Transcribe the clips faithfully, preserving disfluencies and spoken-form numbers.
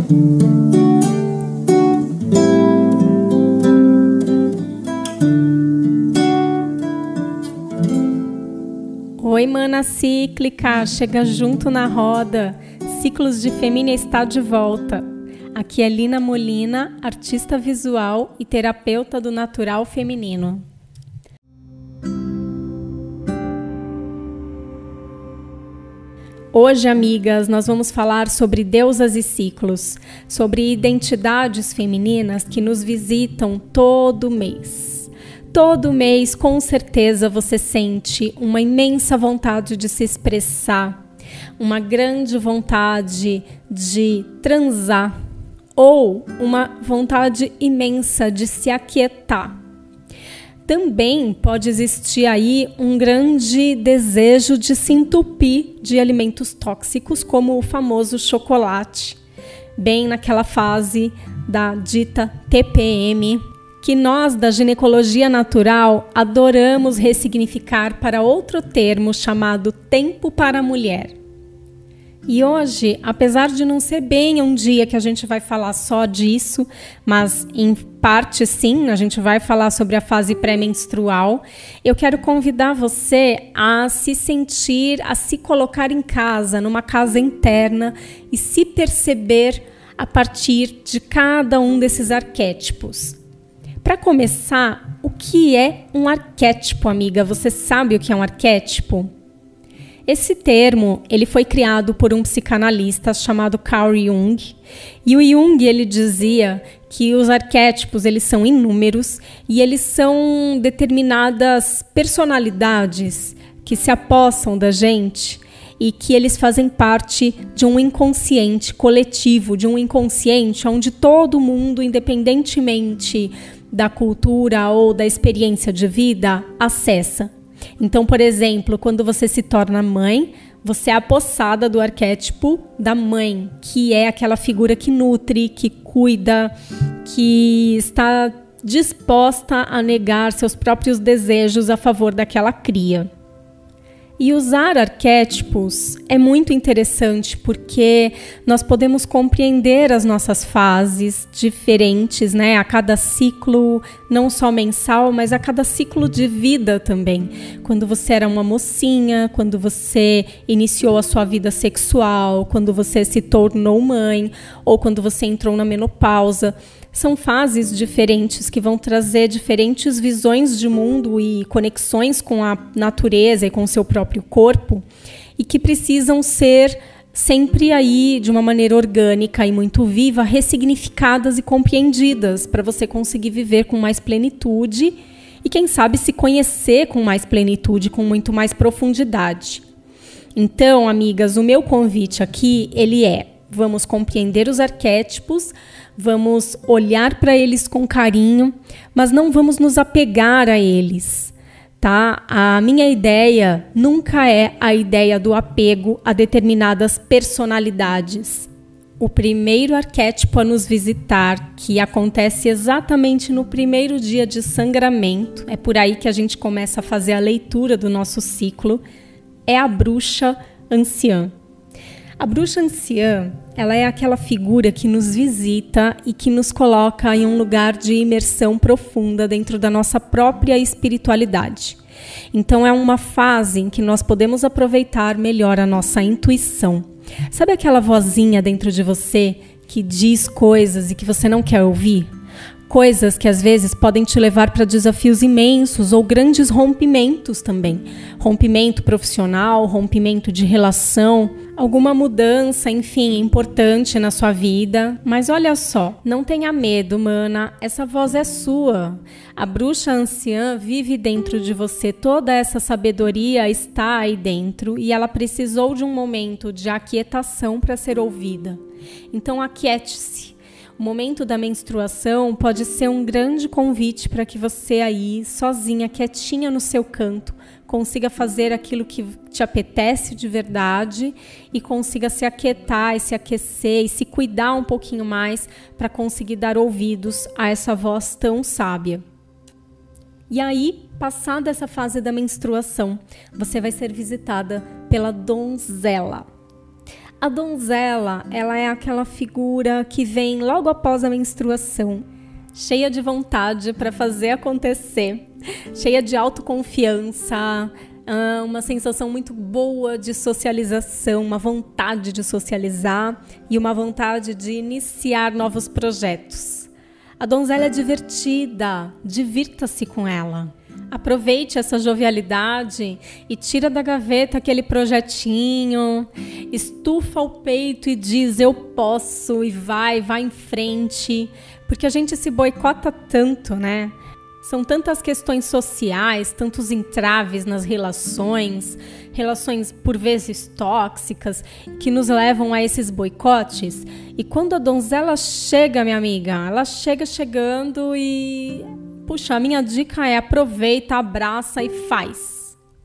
Oi, mana cíclica, chega junto na roda, Ciclos de Femínia está de volta. Aqui é Lina Molina, artista visual e terapeuta do natural feminino. Hoje, amigas, nós vamos falar sobre deusas e ciclos, sobre identidades femininas que nos visitam todo mês. Todo mês, com certeza, você sente uma imensa vontade de se expressar, uma grande vontade de transar ou uma vontade imensa de se aquietar. Também pode existir aí um grande desejo de se entupir de alimentos tóxicos, como o famoso chocolate, bem naquela fase da dita T P M, que nós da ginecologia natural adoramos ressignificar para outro termo chamado tempo para a mulher. E hoje, apesar de não ser bem um dia que a gente vai falar só disso, mas em parte sim, a gente vai falar sobre a fase pré-menstrual, eu quero convidar você a se sentir, a se colocar em casa, numa casa interna e se perceber a partir de cada um desses arquétipos. Para começar, o que é um arquétipo, amiga? Você sabe o que é um arquétipo? Esse termo, ele foi criado por um psicanalista chamado Carl Jung, e o Jung, ele dizia que os arquétipos, eles são inúmeros e eles são determinadas personalidades que se apossam da gente e que eles fazem parte de um inconsciente coletivo, de um inconsciente onde todo mundo, independentemente da cultura ou da experiência de vida, acessa. Então, por exemplo, quando você se torna mãe, você é apossada do arquétipo da mãe, que é aquela figura que nutre, que cuida, que está disposta a negar seus próprios desejos a favor daquela cria. E usar arquétipos é muito interessante porque nós podemos compreender as nossas fases diferentes, né? A cada ciclo, não só mensal, mas a cada ciclo de vida também. Quando você era uma mocinha, quando você iniciou a sua vida sexual, quando você se tornou mãe ou quando você entrou na menopausa. São fases diferentes que vão trazer diferentes visões de mundo e conexões com a natureza e com o seu próprio corpo e que precisam ser sempre aí, de uma maneira orgânica e muito viva, ressignificadas e compreendidas para você conseguir viver com mais plenitude e, quem sabe, se conhecer com mais plenitude, com muito mais profundidade. Então, amigas, o meu convite aqui, ele é: vamos compreender os arquétipos, vamos olhar para eles com carinho, mas não vamos nos apegar a eles, tá? A minha ideia nunca é a ideia do apego a determinadas personalidades. O primeiro arquétipo a nos visitar, que acontece exatamente no primeiro dia de sangramento, é por aí que a gente começa a fazer a leitura do nosso ciclo, é a bruxa anciã. A bruxa anciã, ela é aquela figura que nos visita e que nos coloca em um lugar de imersão profunda dentro da nossa própria espiritualidade. Então é uma fase em que nós podemos aproveitar melhor a nossa intuição. Sabe aquela vozinha dentro de você que diz coisas e que você não quer ouvir? Coisas que às vezes podem te levar para desafios imensos ou grandes rompimentos também. Rompimento profissional, rompimento de relação, alguma mudança, enfim, importante na sua vida. Mas olha só, não tenha medo, mana, essa voz é sua. A bruxa anciã vive dentro de você, toda essa sabedoria está aí dentro e ela precisou de um momento de aquietação para ser ouvida. Então aquiete-se. O momento da menstruação pode ser um grande convite para que você aí, sozinha, quietinha no seu canto, consiga fazer aquilo que te apetece de verdade e consiga se aquietar e se aquecer e se cuidar um pouquinho mais para conseguir dar ouvidos a essa voz tão sábia. E aí, passada essa fase da menstruação, você vai ser visitada pela donzela. A donzela, ela é aquela figura que vem logo após a menstruação, cheia de vontade para fazer acontecer, cheia de autoconfiança, uma sensação muito boa de socialização, uma vontade de socializar e uma vontade de iniciar novos projetos. A donzela é divertida, divirta-se com ela. Aproveite essa jovialidade e tira da gaveta aquele projetinho, estufa o peito e diz eu posso e vai, vai em frente, porque a gente se boicota tanto, né? São tantas questões sociais, tantos entraves nas relações, relações por vezes tóxicas, que nos levam a esses boicotes. E quando a donzela chega, minha amiga, ela chega chegando e... Puxa, a minha dica é aproveita, abraça e faz.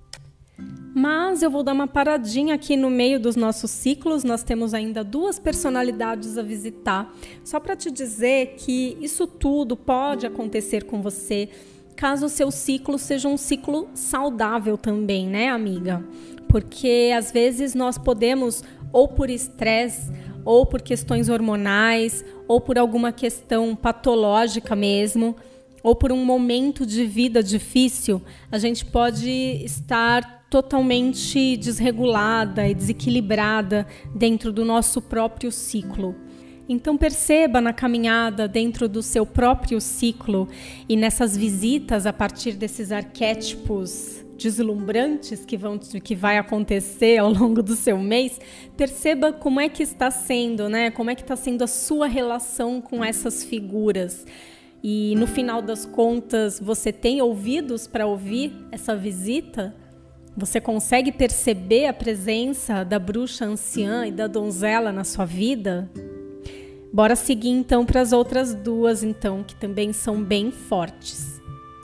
Mas eu vou dar uma paradinha aqui no meio dos nossos ciclos. Nós temos ainda duas personalidades a visitar. Só para te dizer que isso tudo pode acontecer com você caso o seu ciclo seja um ciclo saudável também, né, amiga? Porque às vezes nós podemos, ou por estresse, ou por questões hormonais, ou por alguma questão patológica mesmo, ou por um momento de vida difícil, a gente pode estar totalmente desregulada e desequilibrada dentro do nosso próprio ciclo. Então perceba na caminhada dentro do seu próprio ciclo e nessas visitas a partir desses arquétipos deslumbrantes que vão que vai acontecer ao longo do seu mês, perceba como é que está sendo, né? Como é que está sendo a sua relação com essas figuras. E no final das contas, você tem ouvidos para ouvir essa visita? Você consegue perceber a presença da bruxa anciã e da donzela na sua vida? Bora seguir então para as outras duas, então, que também são bem fortes.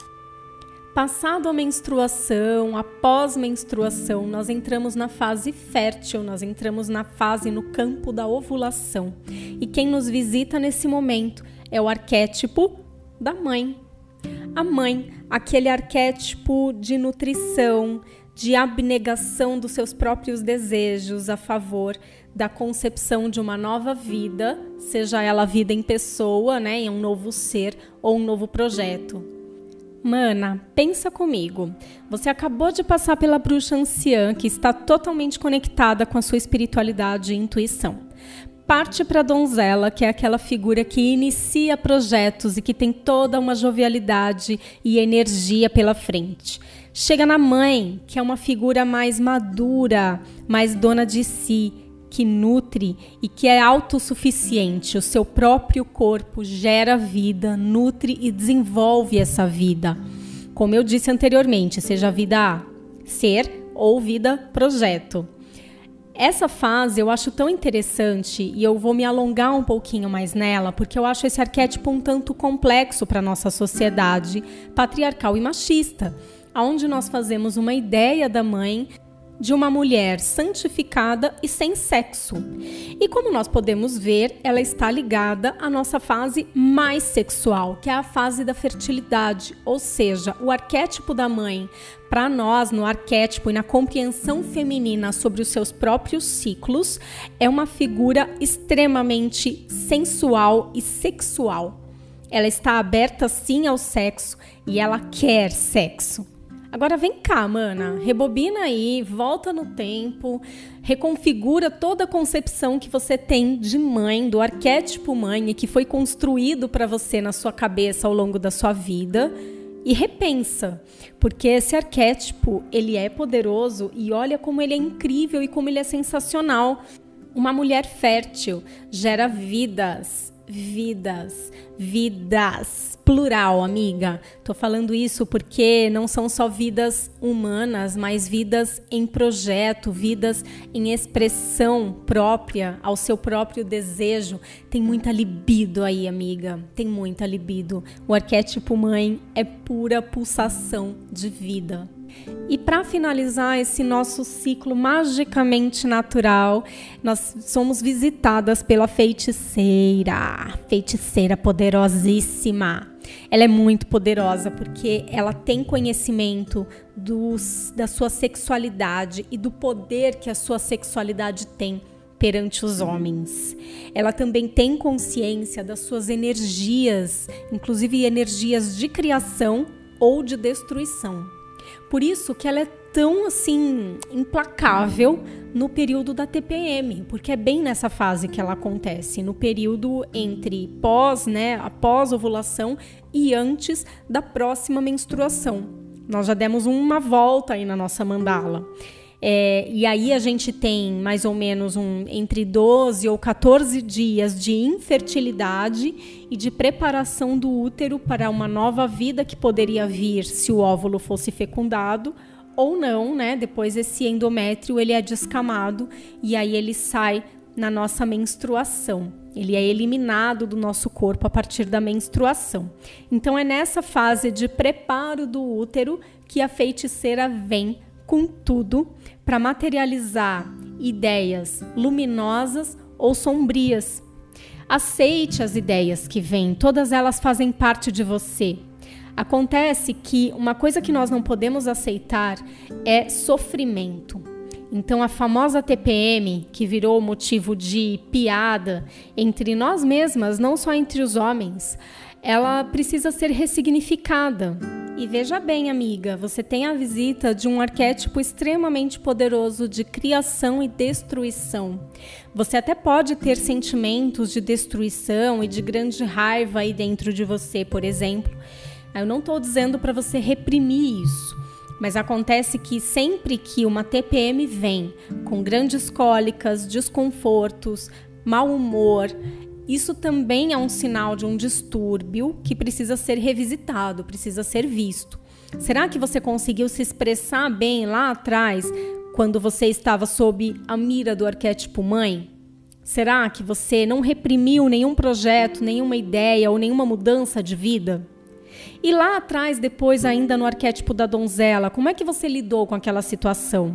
Passado a menstruação, após menstruação, nós entramos na fase fértil, nós entramos na fase no campo da ovulação. E quem nos visita nesse momento é o arquétipo da mãe. A mãe, aquele arquétipo de nutrição, de abnegação dos seus próprios desejos a favor da concepção de uma nova vida, seja ela vida em pessoa, né, em um novo ser ou um novo projeto. Mana, pensa comigo. Você acabou de passar pela bruxa anciã, que está totalmente conectada com a sua espiritualidade e intuição. Parte para a donzela, que é aquela figura que inicia projetos e que tem toda uma jovialidade e energia pela frente. Chega na mãe, que é uma figura mais madura, mais dona de si, que nutre e que é autossuficiente. O seu próprio corpo gera vida, nutre e desenvolve essa vida. Como eu disse anteriormente, seja vida ser ou vida projeto. Essa fase eu acho tão interessante e eu vou me alongar um pouquinho mais nela, porque eu acho esse arquétipo um tanto complexo para a nossa sociedade patriarcal e machista, onde nós fazemos uma ideia da mãe de uma mulher santificada e sem sexo. E como nós podemos ver, ela está ligada à nossa fase mais sexual, que é a fase da fertilidade, ou seja, o arquétipo da mãe, para nós, no arquétipo e na compreensão feminina sobre os seus próprios ciclos, é uma figura extremamente sensual e sexual. Ela está aberta sim ao sexo e ela quer sexo. Agora vem cá, mana, rebobina aí, volta no tempo, reconfigura toda a concepção que você tem de mãe, do arquétipo mãe e que foi construído para você na sua cabeça ao longo da sua vida e repensa, porque esse arquétipo, ele é poderoso e olha como ele é incrível e como ele é sensacional. Uma mulher fértil gera vidas, vidas, vidas, plural, amiga. Tô falando isso porque não são só vidas humanas, mas vidas em projeto, vidas em expressão própria, ao seu próprio desejo. Tem muita libido aí, amiga, tem muita libido. O arquétipo mãe é pura pulsação de vida. E para finalizar esse nosso ciclo magicamente natural, nós somos visitadas pela feiticeira, feiticeira poderosíssima. Ela é muito poderosa porque ela tem conhecimento dos, da sua sexualidade e do poder que a sua sexualidade tem perante os homens. Ela também tem consciência das suas energias, inclusive energias de criação ou de destruição. Por isso que ela é tão assim implacável no período da T P M, porque é bem nessa fase que ela acontece, no período entre pós, né, após ovulação e antes da próxima menstruação. Nós já demos uma volta aí na nossa mandala. É, e aí a gente tem mais ou menos um, entre doze ou quatorze dias de infertilidade e de preparação do útero para uma nova vida que poderia vir se o óvulo fosse fecundado ou não, né? Depois esse endométrio ele é descamado e aí ele sai na nossa menstruação. Ele é eliminado do nosso corpo a partir da menstruação. Então é nessa fase de preparo do útero que a feiticeira vem com tudo para materializar ideias luminosas ou sombrias. Aceite as ideias que vêm, todas elas fazem parte de você. Acontece que uma coisa que nós não podemos aceitar é sofrimento. Então a famosa T P M, que virou motivo de piada entre nós mesmas, não só entre os homens, ela precisa ser ressignificada. E veja bem, amiga, você tem a visita de um arquétipo extremamente poderoso de criação e destruição. Você até pode ter sentimentos de destruição e de grande raiva aí dentro de você, por exemplo. Eu não estou dizendo para você reprimir isso, mas acontece que sempre que uma T P M vem com grandes cólicas, desconfortos, mau humor, isso também é um sinal de um distúrbio que precisa ser revisitado, precisa ser visto. Será que você conseguiu se expressar bem lá atrás, quando você estava sob a mira do arquétipo mãe? Será que você não reprimiu nenhum projeto, nenhuma ideia ou nenhuma mudança de vida? E lá atrás, depois ainda no arquétipo da donzela, como é que você lidou com aquela situação?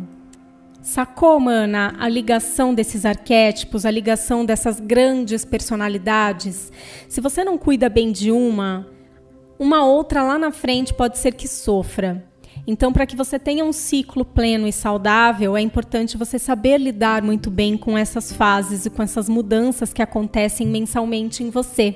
Sacou, mana, a ligação desses arquétipos, a ligação dessas grandes personalidades? Se você não cuida bem de uma, uma outra lá na frente pode ser que sofra. Então, para que você tenha um ciclo pleno e saudável, é importante você saber lidar muito bem com essas fases e com essas mudanças que acontecem mensalmente em você.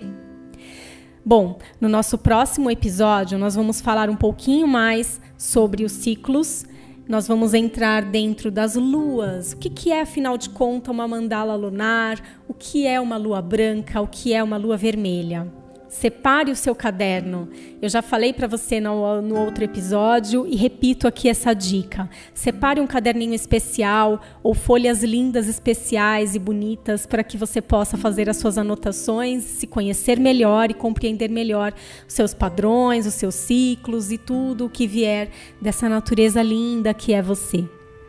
Bom, no nosso próximo episódio, nós vamos falar um pouquinho mais sobre os ciclos. Nós vamos entrar dentro das luas. O que, que é, afinal de contas, uma mandala lunar? O que é uma lua branca? O que é uma lua vermelha? Separe o seu caderno. Eu já falei para você no, no outro episódio e repito aqui essa dica. Separe um caderninho especial ou folhas lindas, especiais e bonitas para que você possa fazer as suas anotações, se conhecer melhor e compreender melhor os seus padrões, os seus ciclos e tudo o que vier dessa natureza linda que é você.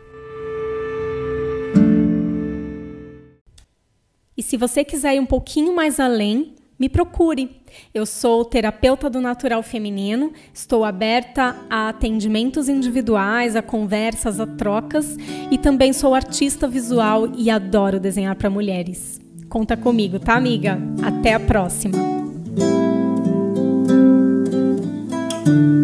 E se você quiser ir um pouquinho mais além, me procure. Eu sou terapeuta do natural feminino, estou aberta a atendimentos individuais, a conversas, a trocas e também sou artista visual e adoro desenhar para mulheres. Conta comigo, tá, amiga? Até a próxima!